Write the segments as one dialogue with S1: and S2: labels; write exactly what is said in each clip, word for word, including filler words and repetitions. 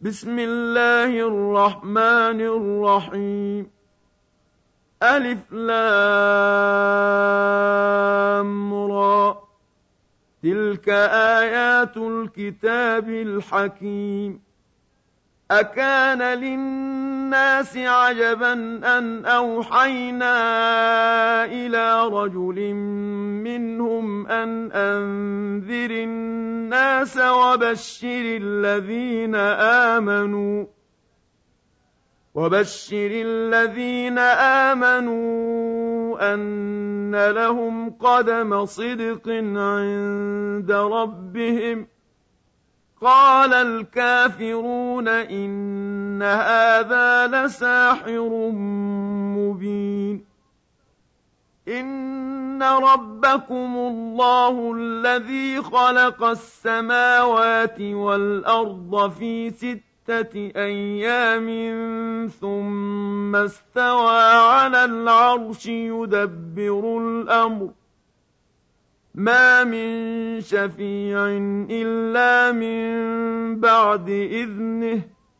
S1: بسم الله الرحمن الرحيم. ألف لام را، تلك آيات الكتاب الحكيم. أكان للناس عجبا أن أوحينا إلى رجل منهم أن أنذر الناس وبشر الذين آمنوا وبشر الذين آمنوا أن لهم قدم صدق عند ربهم. قال الكافرون إن هذا لساحر مبين. إن ربكم الله الذي خلق السماوات والأرض في ستة أيام ثم استوى على العرش يدبر الأمر، ما من شفيع إلا من بعد إذنه،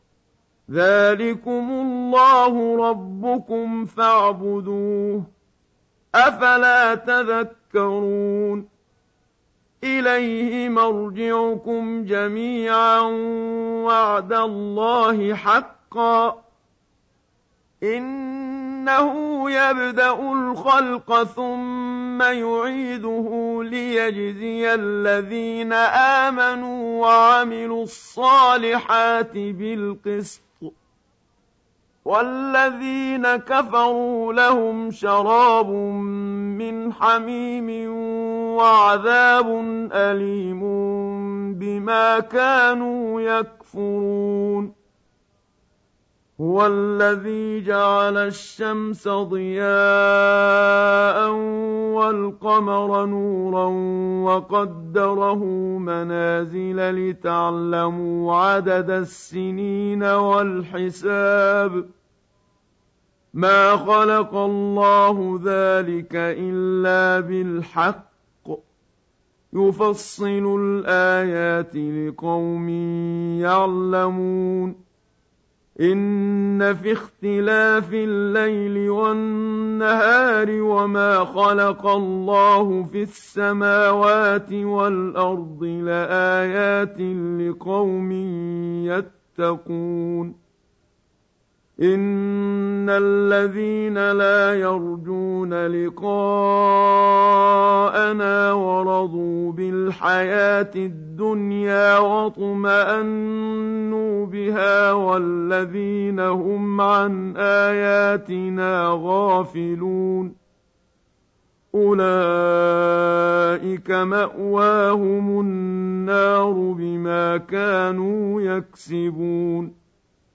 S1: ذلكم الله ربكم فاعبدوه، أفلا تذكرون. إليه مرجعكم جميعا وعد الله حقا، إنه يبدأ الخلق ثم يعيده ليجزي الذين آمنوا وعملوا الصالحات بالقسط، والذين كفروا لهم شراب من حميم وعذاب أليم بما كانوا يكفرون. هو الذي جعل الشمس ضياء والقمر نورا وقدره منازل لتعلموا عدد السنين والحساب، ما خلق الله ذلك إلا بالحق، يفصل الآيات لقوم يعلمون. إن في اختلاف الليل والنهار وما خلق الله في السماوات والأرض لآيات لقوم يتقون. إن الذين لا يرجون لقاءنا ورضوا بالحياة الدنيا واطمأنوا بها والذين هم عن آياتنا غافلون أولئك مأواهم النار بما كانوا يكسبون.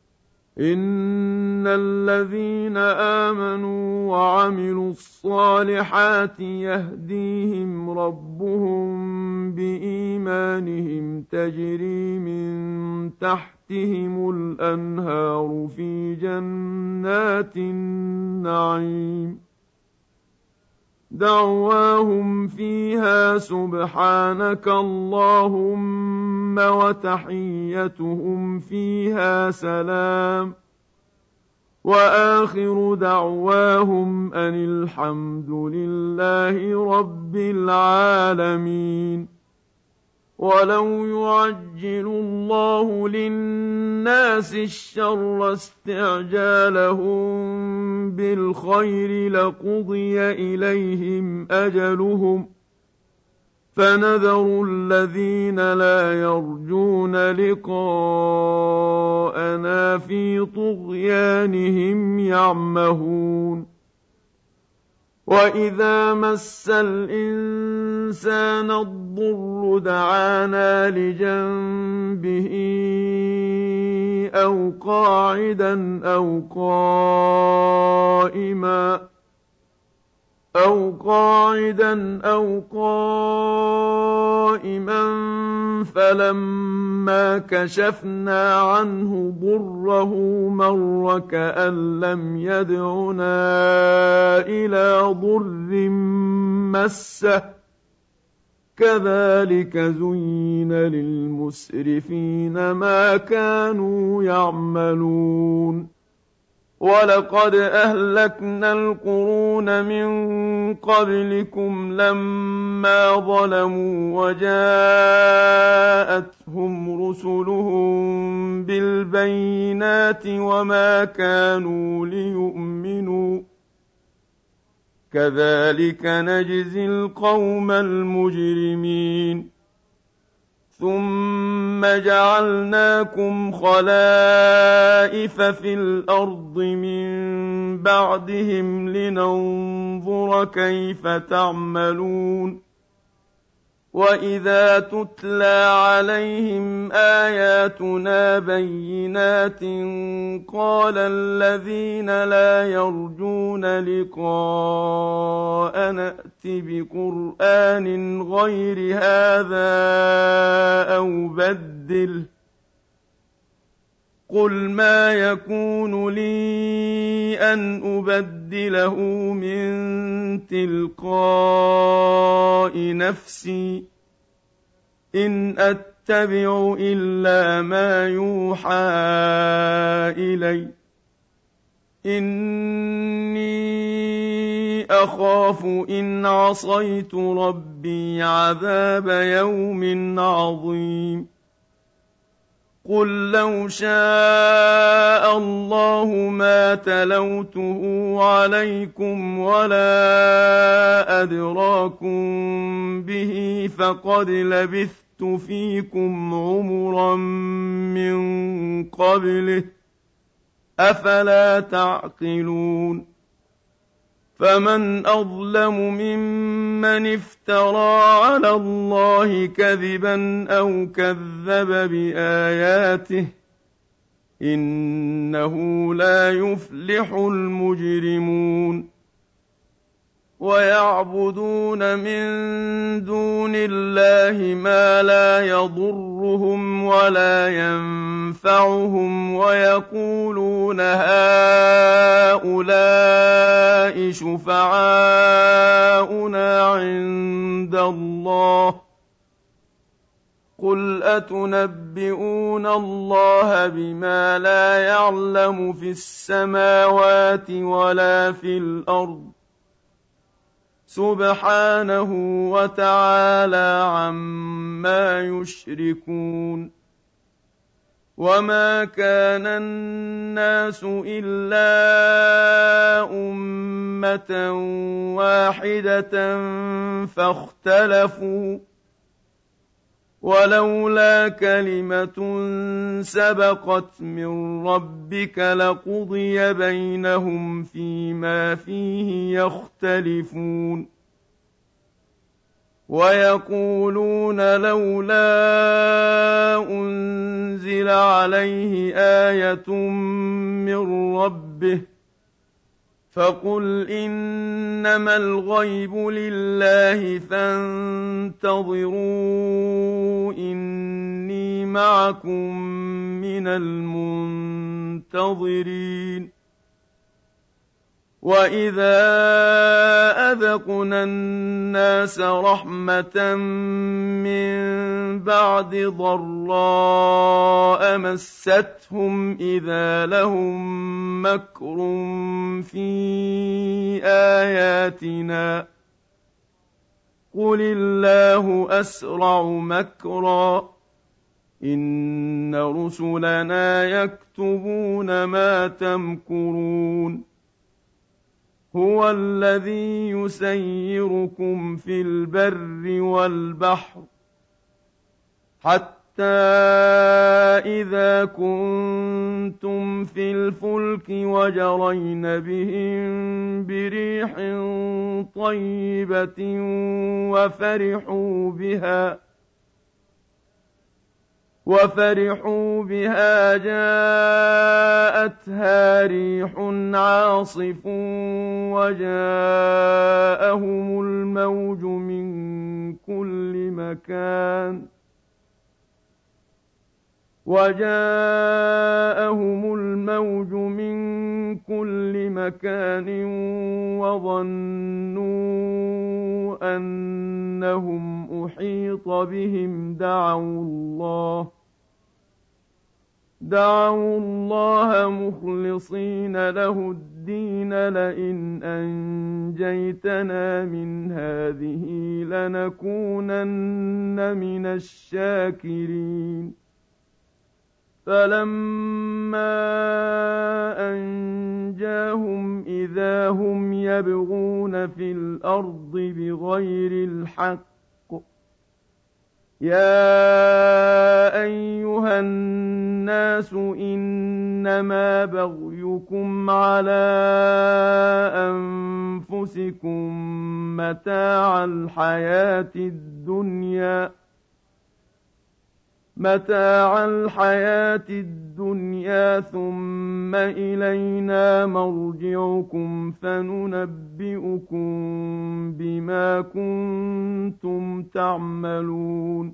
S1: إن الذين آمنوا وعملوا الصالحات يهديهم ربهم بإيمانهم تجري من تحتهم الأنهار في جنات النعيم، دعواهم فيها سبحانك اللهم وتحيتهم فيها سلام، وآخر دعواهم أن الحمد لله رب العالمين. ولو يعجل الله للناس الشر استعجالهم بالخير لقضي إليهم أجلهم، فنذر الذين لا يرجون لقاءنا في طغيانهم يعمهون. وإذا مس الإنسان الضر دعانا لجنبه أو قاعدا أو قائما أو قاعدا أو قائما فلما كشفنا عنه ضره مر كأن لم يدعنا إلى ضر مسه كذلك زين للمسرفين ما كانوا يعملون ولقد أهلكنا القرون من قبلكم لما ظلموا وجاءتهم رسلهم بالبينات وما كانوا ليؤمنوا كذلك نجزي القوم المجرمين ثم جعلناكم خلائف في الأرض من بعدهم لننظر كيف تعملون وإذا تتلى عليهم آياتنا بينات قال الذين لا يرجون لقاء نأت بقرآن غير هذا أو بدله قل ما يكون لي أن أبدله من تلقاء نفسي إن أتبع إلا ما يوحى إلي إني أخاف إن عصيت ربي عذاب يوم عظيم قل لو شاء الله ما تلوته عليكم ولا أدراكم به فقد لبثت فيكم عمرا من قبله أفلا تعقلون فمن أظلم ممن افترى على الله كذبا أو كذب بآياته إنه لا يفلح المجرمون ويعبدون من دون الله ما لا يضرهم ولا ينفعهم ويقولون هؤلاء شفعاؤنا عند الله قل أتنبئون الله بما لا يعلم في السماوات ولا في الأرض سبحانه وتعالى عما يشركون وما كان الناس إلا أمة واحدة فاختلفوا ولولا كلمة سبقت من ربك لقضي بينهم فيما فيه يختلفون ويقولون لولا أنزل عليه آية من ربه فقل إنما الغيب لله فانتظروا إني معكم من المنتظرين وإذا أذقنا الناس رحمة من بعد ضراء مستهم إذا لهم مكر في آياتنا قل الله أسرع مكرا إن رسلنا يكتبون ما تمكرون هو الذي يسيركم في البر والبحر حتى إذا كنتم في الفلك وجرين بهم بريح طيبة وفرحوا بها وفرحوا بها جاءتها ريح عاصف وجاءهم الموج من كل مكان وجاءهم الموج من كل مكان وظنوا أنهم أحيط بهم دعوا الله دعوا الله مخلصين له الدين لئن أنجيتنا من هذه لنكونن من الشاكرين فلما أنجاهم إذا هم يبغون في الأرض بغير الحق يا أيها الناس إنما بغيكم على أنفسكم متاع الحياة الدنيا متاع الحياة الدنيا ثم إلينا مرجعكم فننبئكم بما كنتم تعملون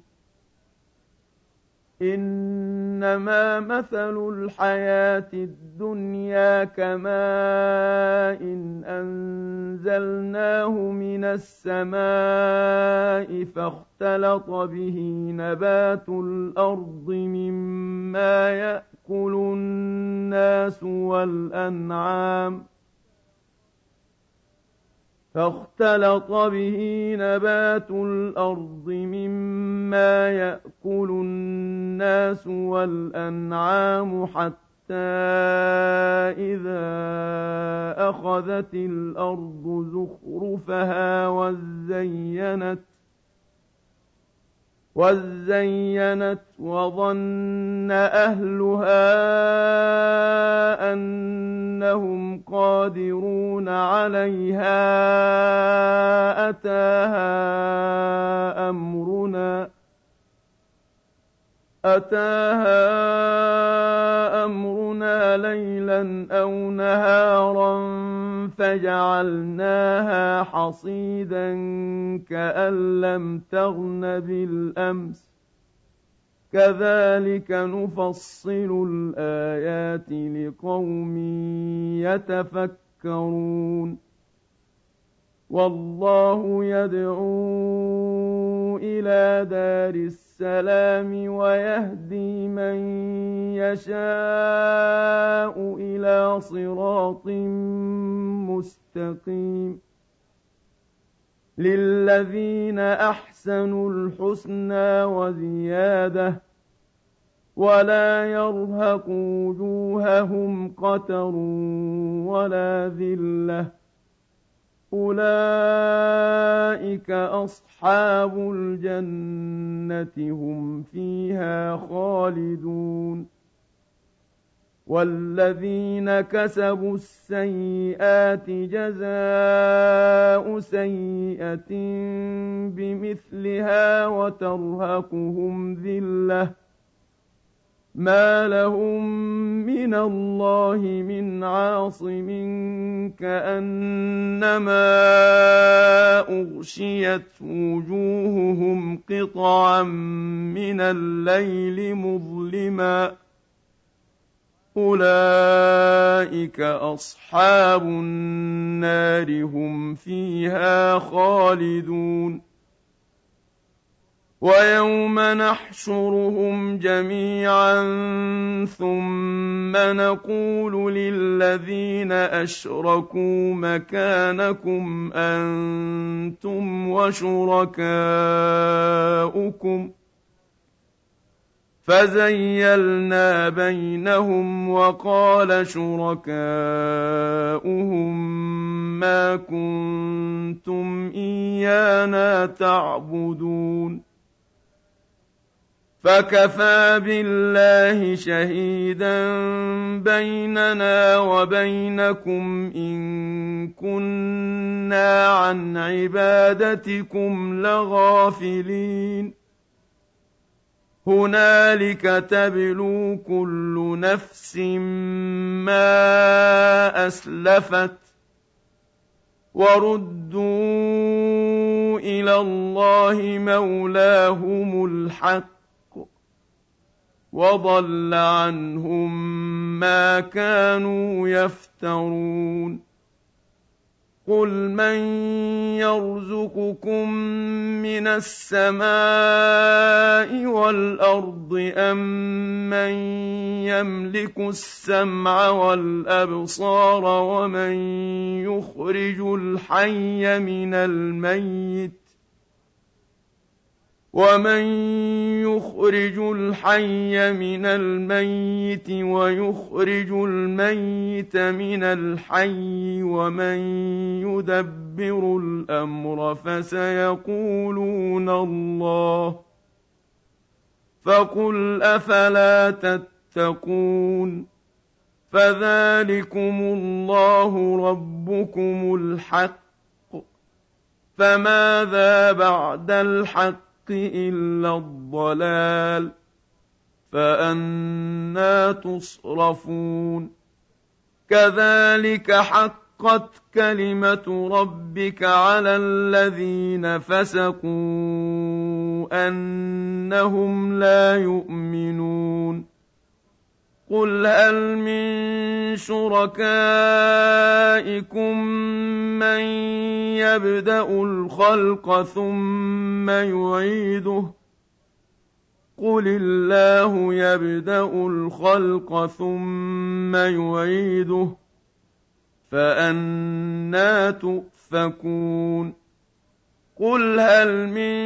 S1: إنما مثل الحياة الدنيا كماء إن أنزلناه من السماء فاختلط به نبات الأرض مما يأكل الناس والأنعام فاختلط به نبات الأرض مما يأكل الناس والأنعام حتى إذا أخذت الأرض زخرفها وزينت وزينت وظن أهلها أنهم قادرون عليها أتاها أمرنا أتاها أمرنا ليلا أو نهارا فجعلناها حصيدا كأن لم تغن بالأمس كذلك نفصل الآيات لقوم يتفكرون والله يدعو إلى دار السلام ويهدي من يشاء إلى صراط مستقيم للذين أحسنوا الحسنى وزيادة ولا يرهق وجوههم قتر ولا ذلة أولئك أصحاب الجنة هم فيها خالدون والذين كسبوا السيئات جزاء سيئة بمثلها وترهقهم ذلة ما لهم من الله من عاصم كأنما أغشيت وجوههم قطعا من الليل مظلما أولئك أصحاب النار هم فيها خالدون ويوم نحشرهم جميعا ثم نقول للذين أشركوا مكانكم أنتم وشركاؤكم فزيلنا بينهم وقال شركاؤهم ما كنتم إيانا تعبدون فكفى بالله شهيدا بيننا وبينكم إن كنا عن عبادتكم لغافلين هنالك تبلو كل نفس ما أسلفت وردوا إلى الله مولاهم الحق وضل عنهم ما كانوا يفترون قل من يرزقكم من السماء والأرض أم من يملك السمع والأبصار ومن يخرج الحي من الميت ومن يخرج الحي من الميت ويخرج الميت من الحي ومن يدبر الأمر فسيقولون الله فقل أفلا تتقون فذلكم الله ربكم الحق فماذا بعد الحق إلا الضلال فأنى تصرفون كذلك حقت كلمة ربك على الذين فسقوا أنهم لا يؤمنون قل هل من شركائكم من يبدأ الخلق ثم يعيده قل الله يبدأ الخلق ثم يعيده فأنى تؤفكون قل هل من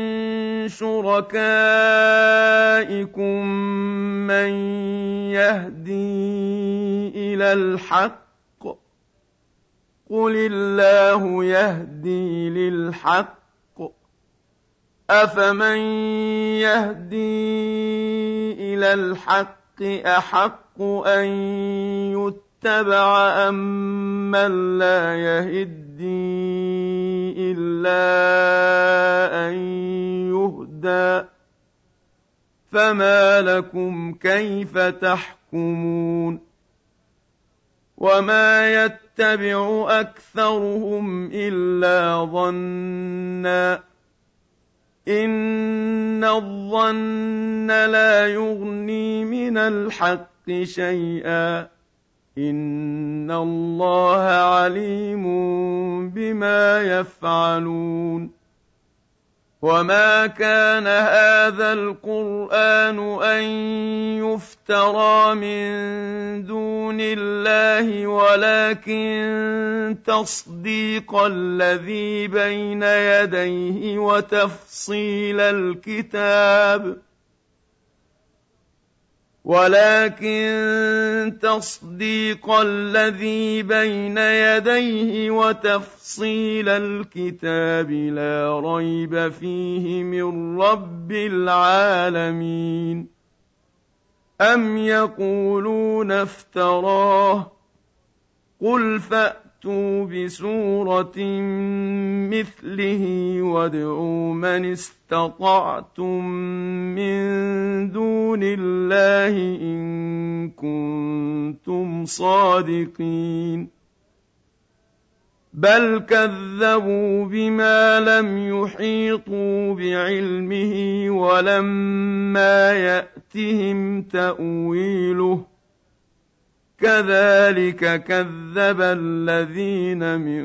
S1: شركائكم من يهدي إلى الحق قل الله يهدي للحق أفمن يهدي إلى الحق أحق أن يتبع أم من لا يهدي إلا أن يهدى فما لكم كيف تحكمون وما يتبع أكثرهم إلا ظنًّا إن الظن لا يغني من الحق شيئا إن الله عليم بما يفعلون وما كان هذا القرآن أن يفترى من دون الله ولكن تصديق الذي بين يديه وتفصيل الكتاب ولكن تصديق الذي بين يديه وتفصيل الكتاب لا ريب فيه من رب العالمين أم يقولون افتراه قل فأتوا بسورة مثله وادعوا من استطعتم من دون الله إن كنتم صادقين بل كذبوا بما لم يحيطوا بعلمه ولما يأتهم تأويله كذلك كذب الذين من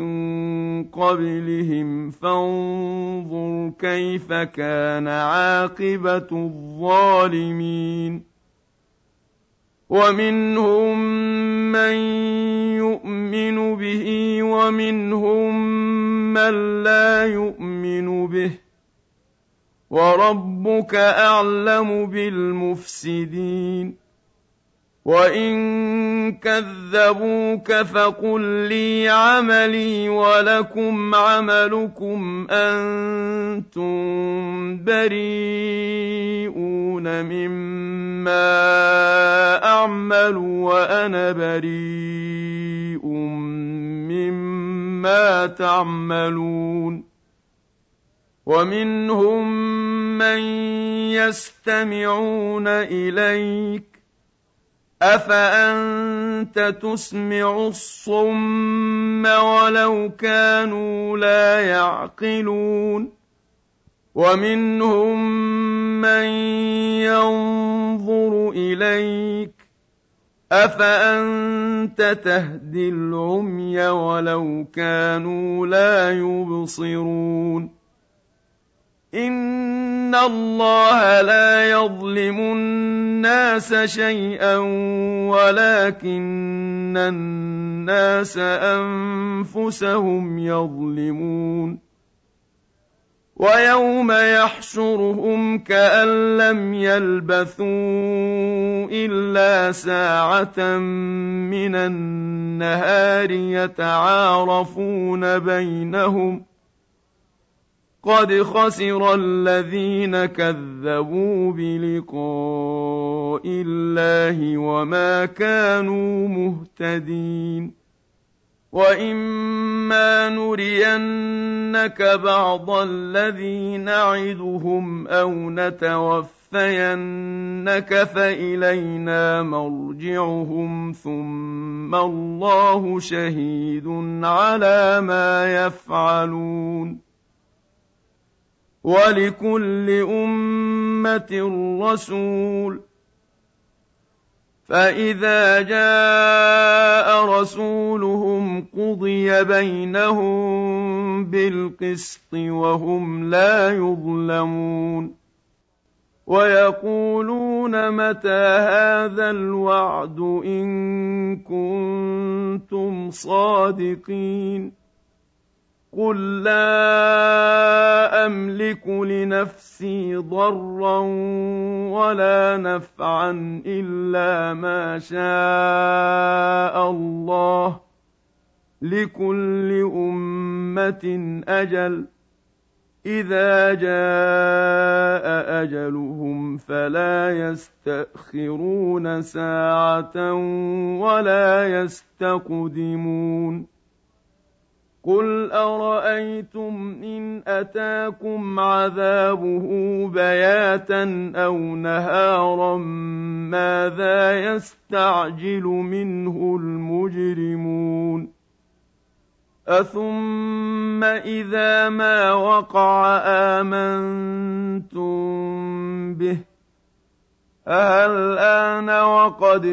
S1: قبلهم فانظر كيف كان عاقبة الظالمين ومنهم من يؤمن به ومنهم من لا يؤمن به وربك أعلم بالمفسدين وإن كذبوك فقل لي عملي ولكم عملكم أنتم بريئون مما أعمل وأنا بريء مما تعملون ومنهم من يستمعون إليك أفأنت تسمع الصم ولو كانوا لا يعقلون ومنهم من ينظر إليك أفأنت تهدي العمي ولو كانوا لا يبصرون إن الله لا يظلم الناس شيئا ولكن الناس أنفسهم يظلمون ويوم يحشرهم كأن لم يلبثوا إلا ساعة من النهار يتعارفون بينهم قد خسر الذين كذبوا بلقاء الله وما كانوا مهتدين وإما نرينك بعض الذي نعدهم أو نتوفينك فإلينا مرجعهم ثم الله شهيد على ما يفعلون ولكل أمة رسول فإذا جاء رسولهم قضي بينهم بالقسط وهم لا يظلمون ويقولون متى هذا الوعد إن كنتم صادقين قل لا أملك لنفسي ضرا ولا نفعا إلا ما شاء الله لكل أمة أجل إذا جاء أجلهم فلا يستأخرون ساعة ولا يستقدمون قل أرأيتم إن أتاكم عذابه بياتا أو نهارا ماذا يستعجل منه المجرمون أثم إذا ما وقع آمنتم به أهلآن وقد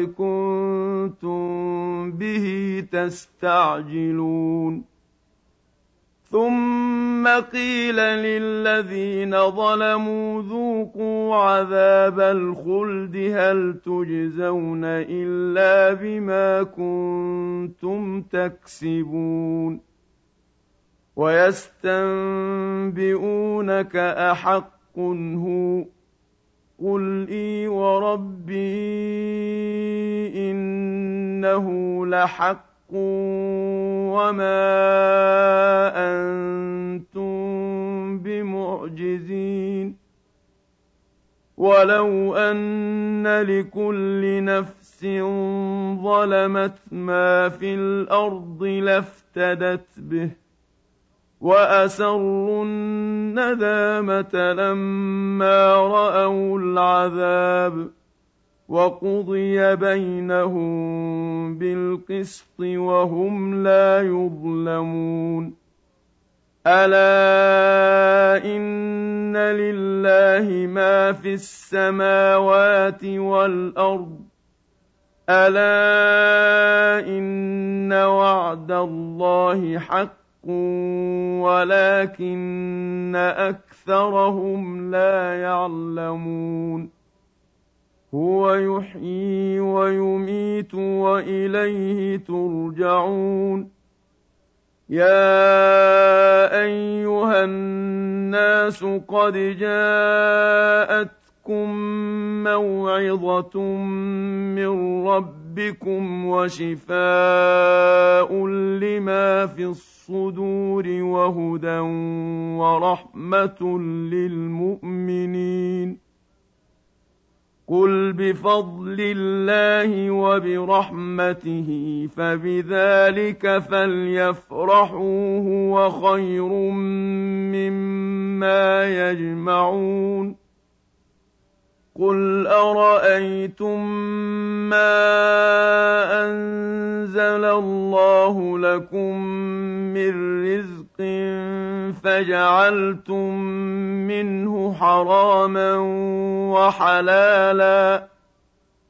S1: كنتم به تستعجلون ثم قيل للذين ظلموا ذوقوا عذاب الخلد هل تجزون إلا بما كنتم تكسبون ويستنبئونك أحق هو قل إي وربي إنه لحق وما أنتم بمعجزين ولو أن لكل نفس ظلمت ما في الأرض لافتدت به وأسروا الندامة لما رأوا العذاب وقضي بينهم بالقسط وهم لا يظلمون ألا إن لله ما في السماوات والأرض ألا إن وعد الله حق ولكن أكثرهم لا يعلمون هو يحيي ويميت وإليه ترجعون يا أيها الناس قد جاءتكم موعظة من ربكم وشفاء لما في الصدور وهدى ورحمة للمؤمنين قل بفضل الله وبرحمته فبذلك فليفرحوا هو خير مما يجمعون قل أرأيتم ما أنزل الله لكم من رزق فجعلتم منه حراما وحلالا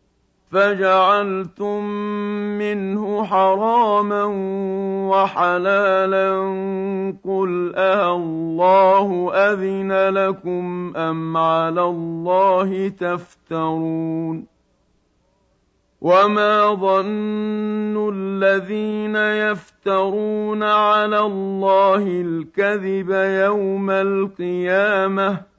S1: فجعلتم منه حراما وحلالا قل أَاللَّهُ أذن لكم أم على الله تفترون وما ظن الذين يفترون على الله الكذب يوم القيامة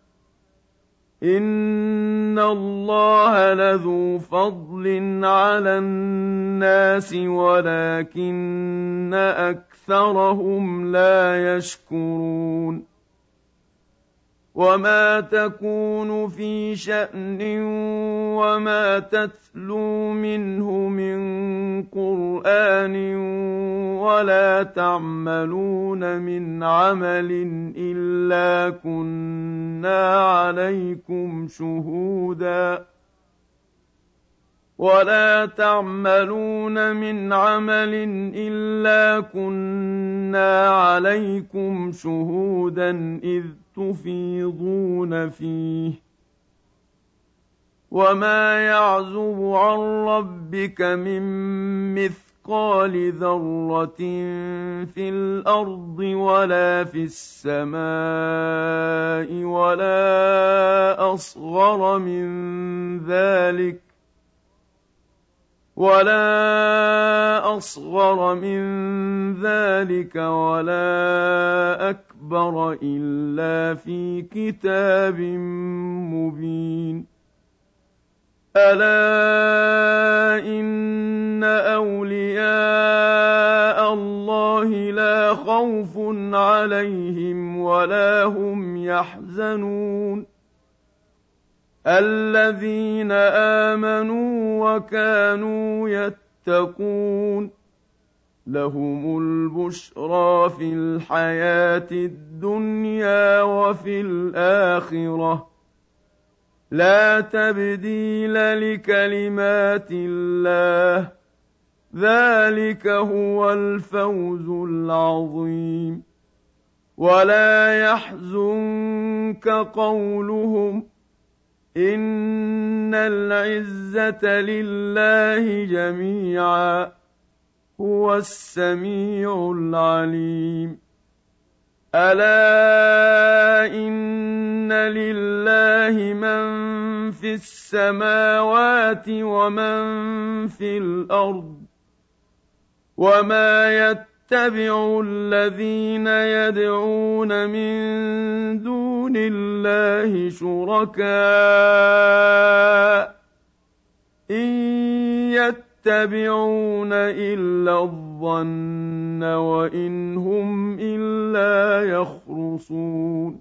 S1: إن الله لذو فضل على الناس ولكن أكثرهم لا يشكرون وما تكون في شأن وما تتلو منه من قرآن ولا تعملون من عمل إلا كنا عليكم شهودا ولا تعملون من عمل إلا كنا عليكم شهودا إذ تفيضون فيه وما يعزب عن ربك من مثقال ذرة في الأرض ولا في السماء ولا أصغر من ذلك ولا أصغر من ذلك ولا أكبر إلا في كتاب مبين ألا إن أولياء الله لا خوف عليهم ولا هم يحزنون الذين آمنوا وكانوا يتقون لهم البشرى في الحياة الدنيا وفي الآخرة لا تبديل لكلمات الله ذلك هو الفوز العظيم ولا يحزنك قولهم إن العزة لله جميعا هو السميع العليم ألا إن لله من في السماوات ومن في الأرض وما يتبع الذين يدعون من دون الله شركاء إن يتبعون إلا الظن وإن هم إلا يخرصون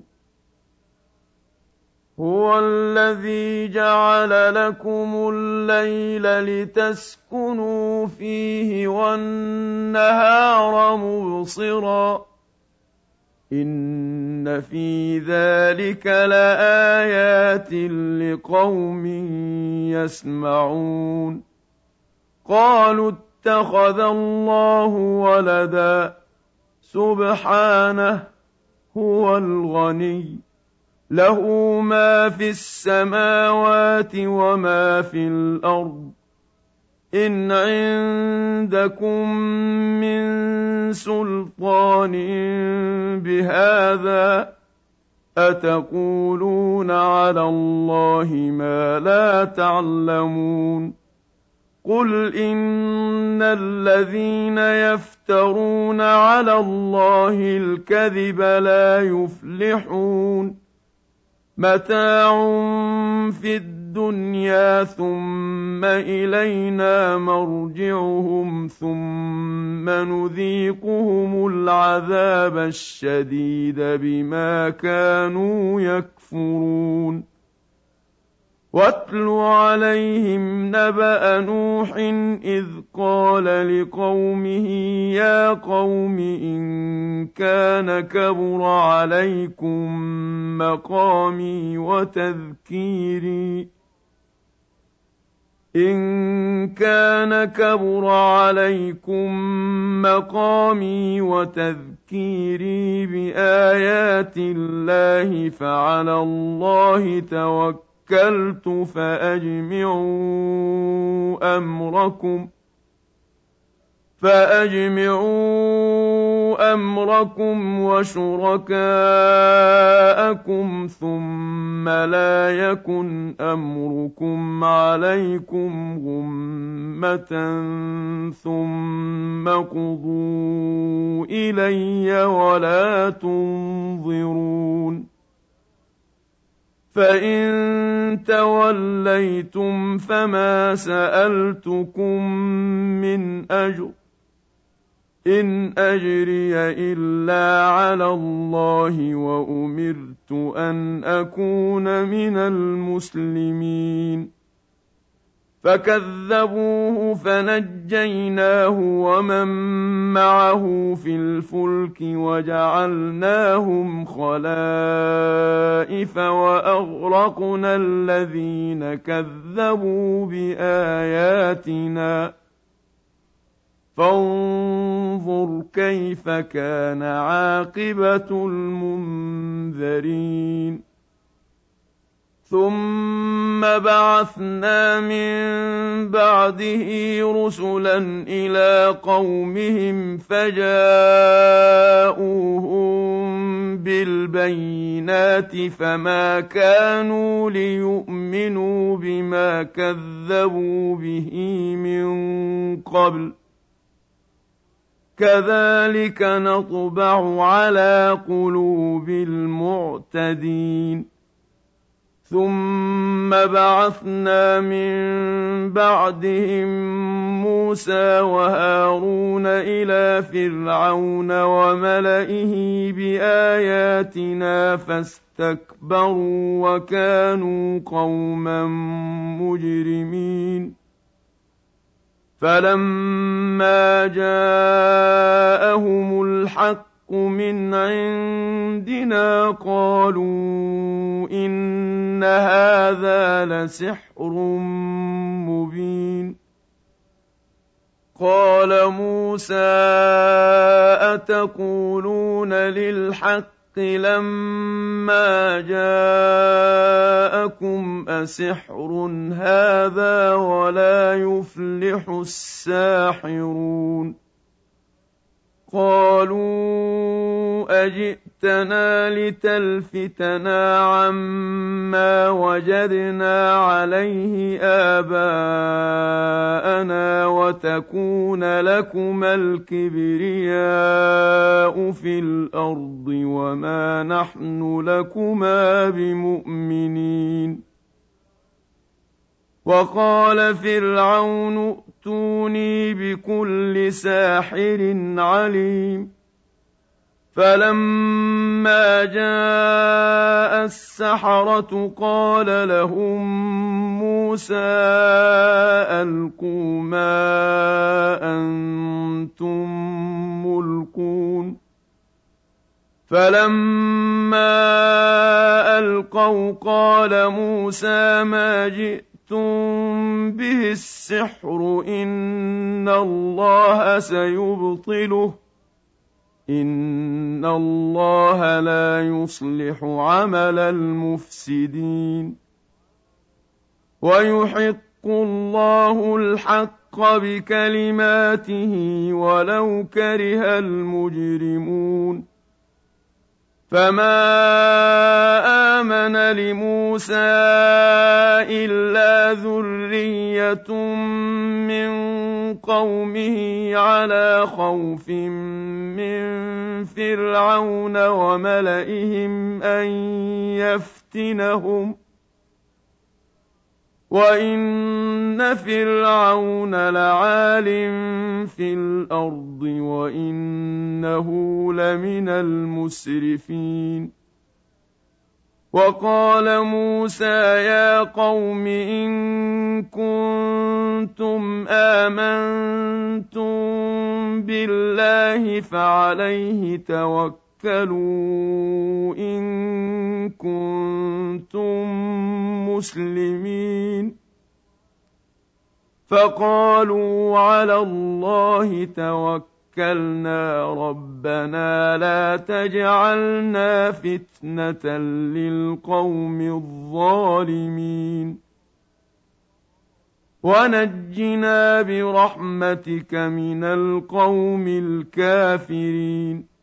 S1: هو الذي جعل لكم الليل لتسكنوا فيه والنهار مبصرا إن في ذلك لآيات لقوم يسمعون قالوا اتخذ الله ولدا سبحانه هو الغني له ما في السماوات وما في الأرض إن عندكم من سلطان بهذا أتقولون على الله ما لا تعلمون قل إن الذين يفترون على الله الكذب لا يفلحون متاع في الدنيا ثم إلينا مرجعهم ثم نذيقهم العذاب الشديد بما كانوا يكفرون واتل عليهم نبأ نوح إذ قال لقومه يا قوم إن كان كبر عليكم مقامي وتذكيري إن كان كبر عليكم مقامي وتذكيري بآيات الله فعلى الله توكلت توكلت فأجمعوا أمركم فأجمعوا أمركم وشركاءكم ثم لا يكن أمركم عليكم غمة ثم قضوا إلي ولا تنظرون فإن توليتم فما سألتكم من أجر إن أجري إلا على الله وأمرت أن أكون من المسلمين فكذبوه فنجيناه ومن معه في الفلك وجعلناهم خلائف وأغرقنا الذين كذبوا بآياتنا فانظر كيف كان عاقبة المنذرين ثم بعثنا من بعده رسلا إلى قومهم فجاءوهم بالبينات فما كانوا ليؤمنوا بما كذبوا به من قبل كذلك نطبع على قلوب المعتدين ثم بعثنا من بعدهم موسى وهارون إلى فرعون وملئه بآياتنا فاستكبروا وكانوا قوما مجرمين فلما جاءهم الحق من عندنا قالوا إن هذا لسحر مبين قال موسى أتقولون للحق لما جاءكم أسحر هذا ولا يفلح الساحرون قالوا أجئتنا لتلفتنا عما وجدنا عليه آباءنا وتكون لكما الكبرياء في الأرض وما نحن لكما بمؤمنين وقال فرعون ائتوني بكل ساحر عليم فلما جاء السحرة قال لهم موسى ألقوا ما أنتم ملقون فلما ألقوا قال موسى ما جئت به السحر إن الله سيبطله إن الله لا يصلح عمل المفسدين ويحق الله الحق بكلماته ولو كره المجرمون فما آمن لموسى إلا ذرية من قومه على خوف من فرعون وملئهم أن يفتنهم وإن فرعون لعال في الأرض وإنه لمن المسرفين وقال موسى يا قوم إن كنتم آمنتم بالله فعليه توكلوا إن كنتم مسلمين فقالوا على الله توكلوا توكلنا ربنا لا تجعلنا فتنة للقوم الظالمين ونجنا برحمتك من القوم الكافرين.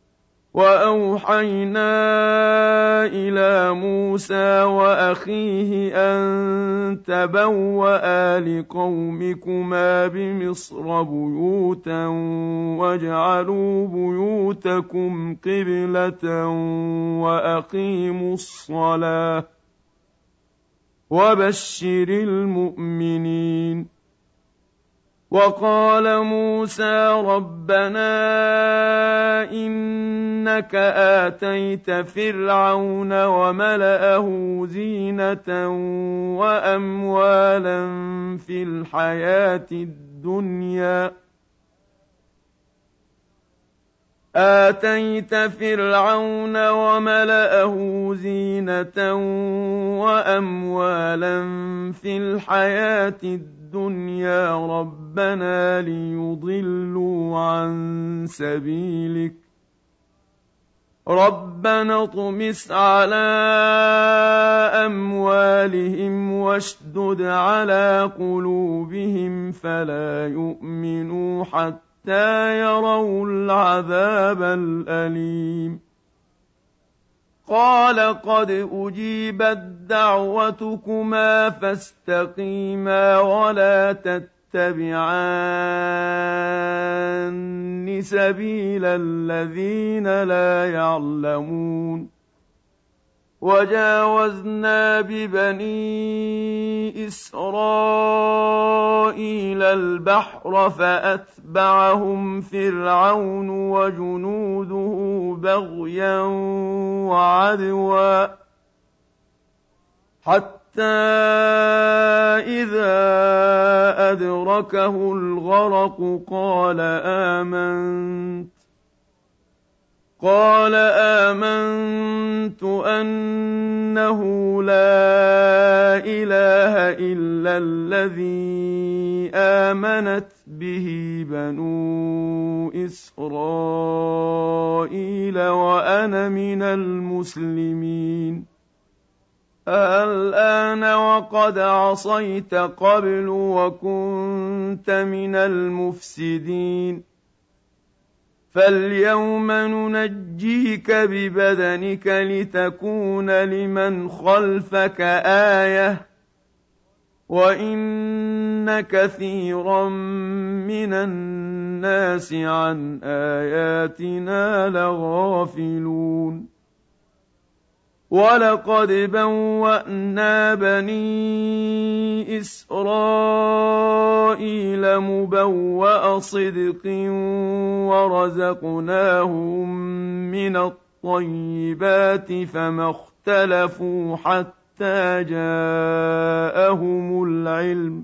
S1: وأوحينا إلى موسى وأخيه أن تبوأ لقومكما بمصر بيوتا واجعلوا بيوتكم قبلة وأقيموا الصلاة وبشر المؤمنين. وقال موسى ربنا إنك آتيت فرعون وملأه زينة وأموالا في الحياة الدنيا آتيت فرعون وملأه زينة وأموالا في الحياة الدنيا الدنيا ربنا ليضلوا عن سبيلك ربنا اطمس على أموالهم واشدد على قلوبهم فلا يؤمنوا حتى يروا العذاب الأليم. قال قد أجيبت دعوتكما فاستقيما ولا تتبعان سبيل الذين لا يعلمون. وجاوزنا ببني إسرائيل البحر فأتبعهم فرعون وجنوده بغيا وعدوا حتى إذا أدركه الغرق قال آمنت قال آمنت أنه لا إله إلا الذي آمنت به بنو إسرائيل وأنا من المسلمين. الآن وقد عصيت قبل وكنت من المفسدين فاليوم ننجيك ببدنك لتكون لمن خلفك آية وإن كثيرا من الناس عن آياتنا لغافلون. ولقد بوأنا بني إسرائيل مبوأ صدق ورزقناهم من الطيبات فما اختلفوا حتى جاءهم العلم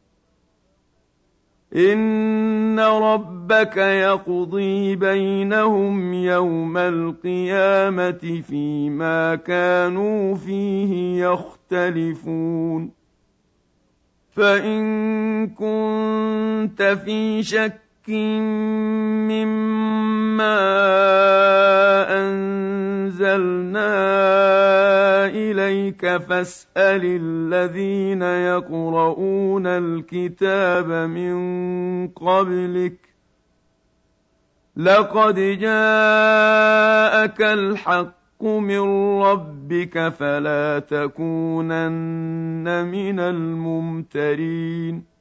S1: إن ربك يقضي بينهم يوم القيامة فيما كانوا فيه يختلفون. فإن كنت في شك مما أنزلنا إليك فاسأل الذين يقرؤون الكتاب من قبلك لقد جاءك الحق من ربك فلا تكونن من الممترين.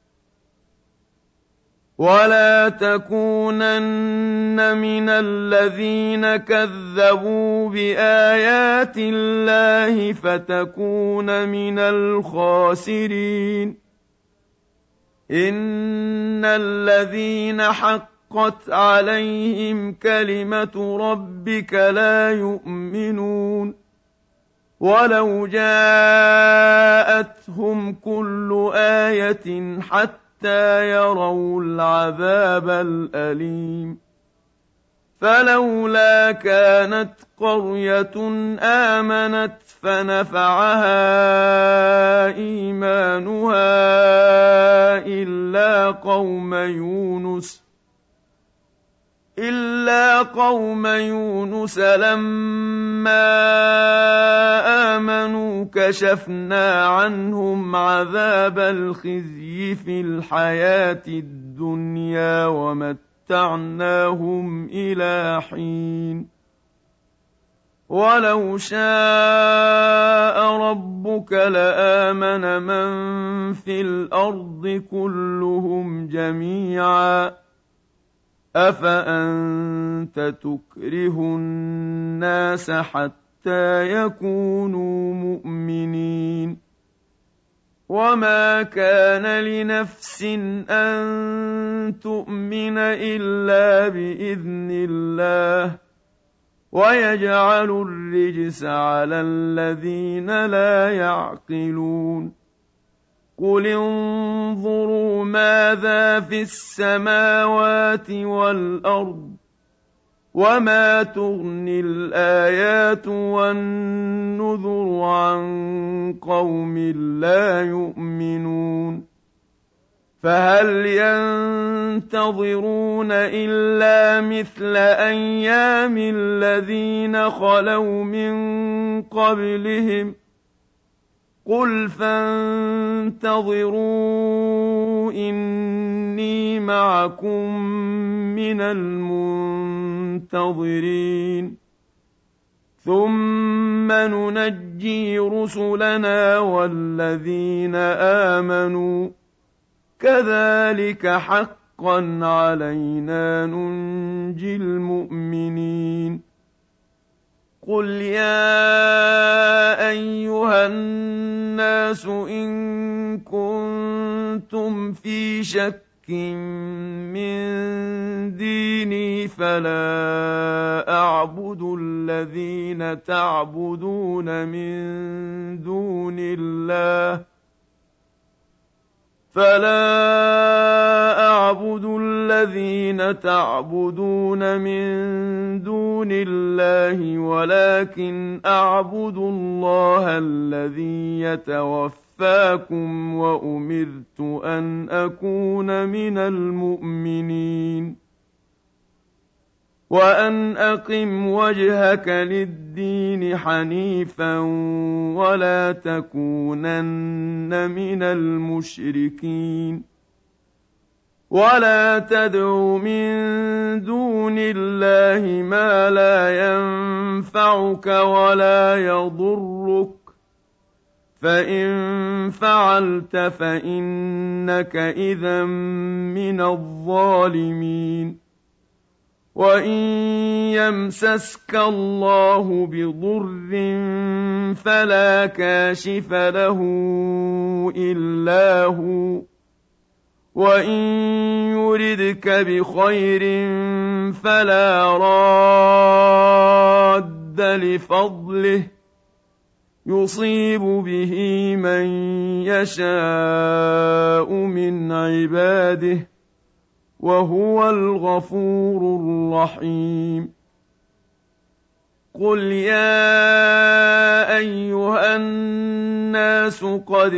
S1: ولا تكونن من الذين كذبوا بآيات الله فتكون من الخاسرين. إن الذين حقت عليهم كلمة ربك لا يؤمنون ولو جاءتهم كل آية حتى حتى يروا العذاب الأليم. فلولا كانت قرية آمنت فنفعها إيمانها إلا قوم يونس إلا قوم يونس لما آمنوا كشفنا عنهم عذاب الخزي في الحياة الدنيا ومتعناهم إلى حين ولو شاء ربك لآمن من في الأرض كلهم جميعا أفأنت تكره الناس حتى يكونوا مؤمنين وما كان لنفس أن تؤمن إلا بإذن الله ويجعل الرجس على الذين لا يعقلون قل انظروا ماذا في السماوات والأرض وما تغني الآيات والنذر عن قوم لا يؤمنون فهل ينتظرون إلا مثل أيام الذين خلوا من قبلهم قل فانتظروا إني معكم من المنتظرين ثم ننجي رسلنا والذين آمنوا كذلك حقا علينا ننجي المؤمنين قل يا أيها الناس إن كنتم في شك من ديني فلا أعبد الذين تعبدون من دون الله فلا أعبد الذين تعبدون من دون الله ولكن أعبد الله الذي يتوفاكم وأمرت أن أكون من المؤمنين وأن أقم وجهك للدين حنيفا ولا تكونن من المشركين ولا تدع من دون الله ما لا ينفعك ولا يضرك فإن فعلت فإنك إذا من الظالمين وإن يمسسك الله بضر فلا كاشف له إلا هو وإن يردك بخير فلا راد لفضله يصيب به من يشاء من عباده وهو الغفور الرحيم قل يا أيها الناس قد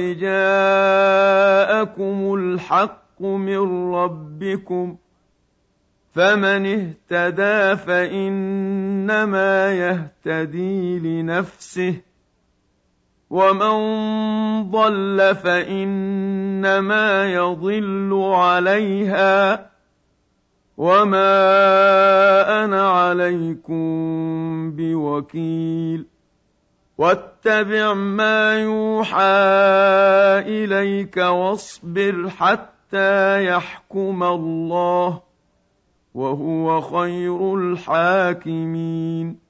S1: جاءكم الحق من ربكم فمن اهتدى فإنما يهتدي لنفسه ومن ضل فإنما يضل عليها وما أنا عليكم بوكيل واتبع ما يوحى إليك واصبر حتى يحكم الله وهو خير الحاكمين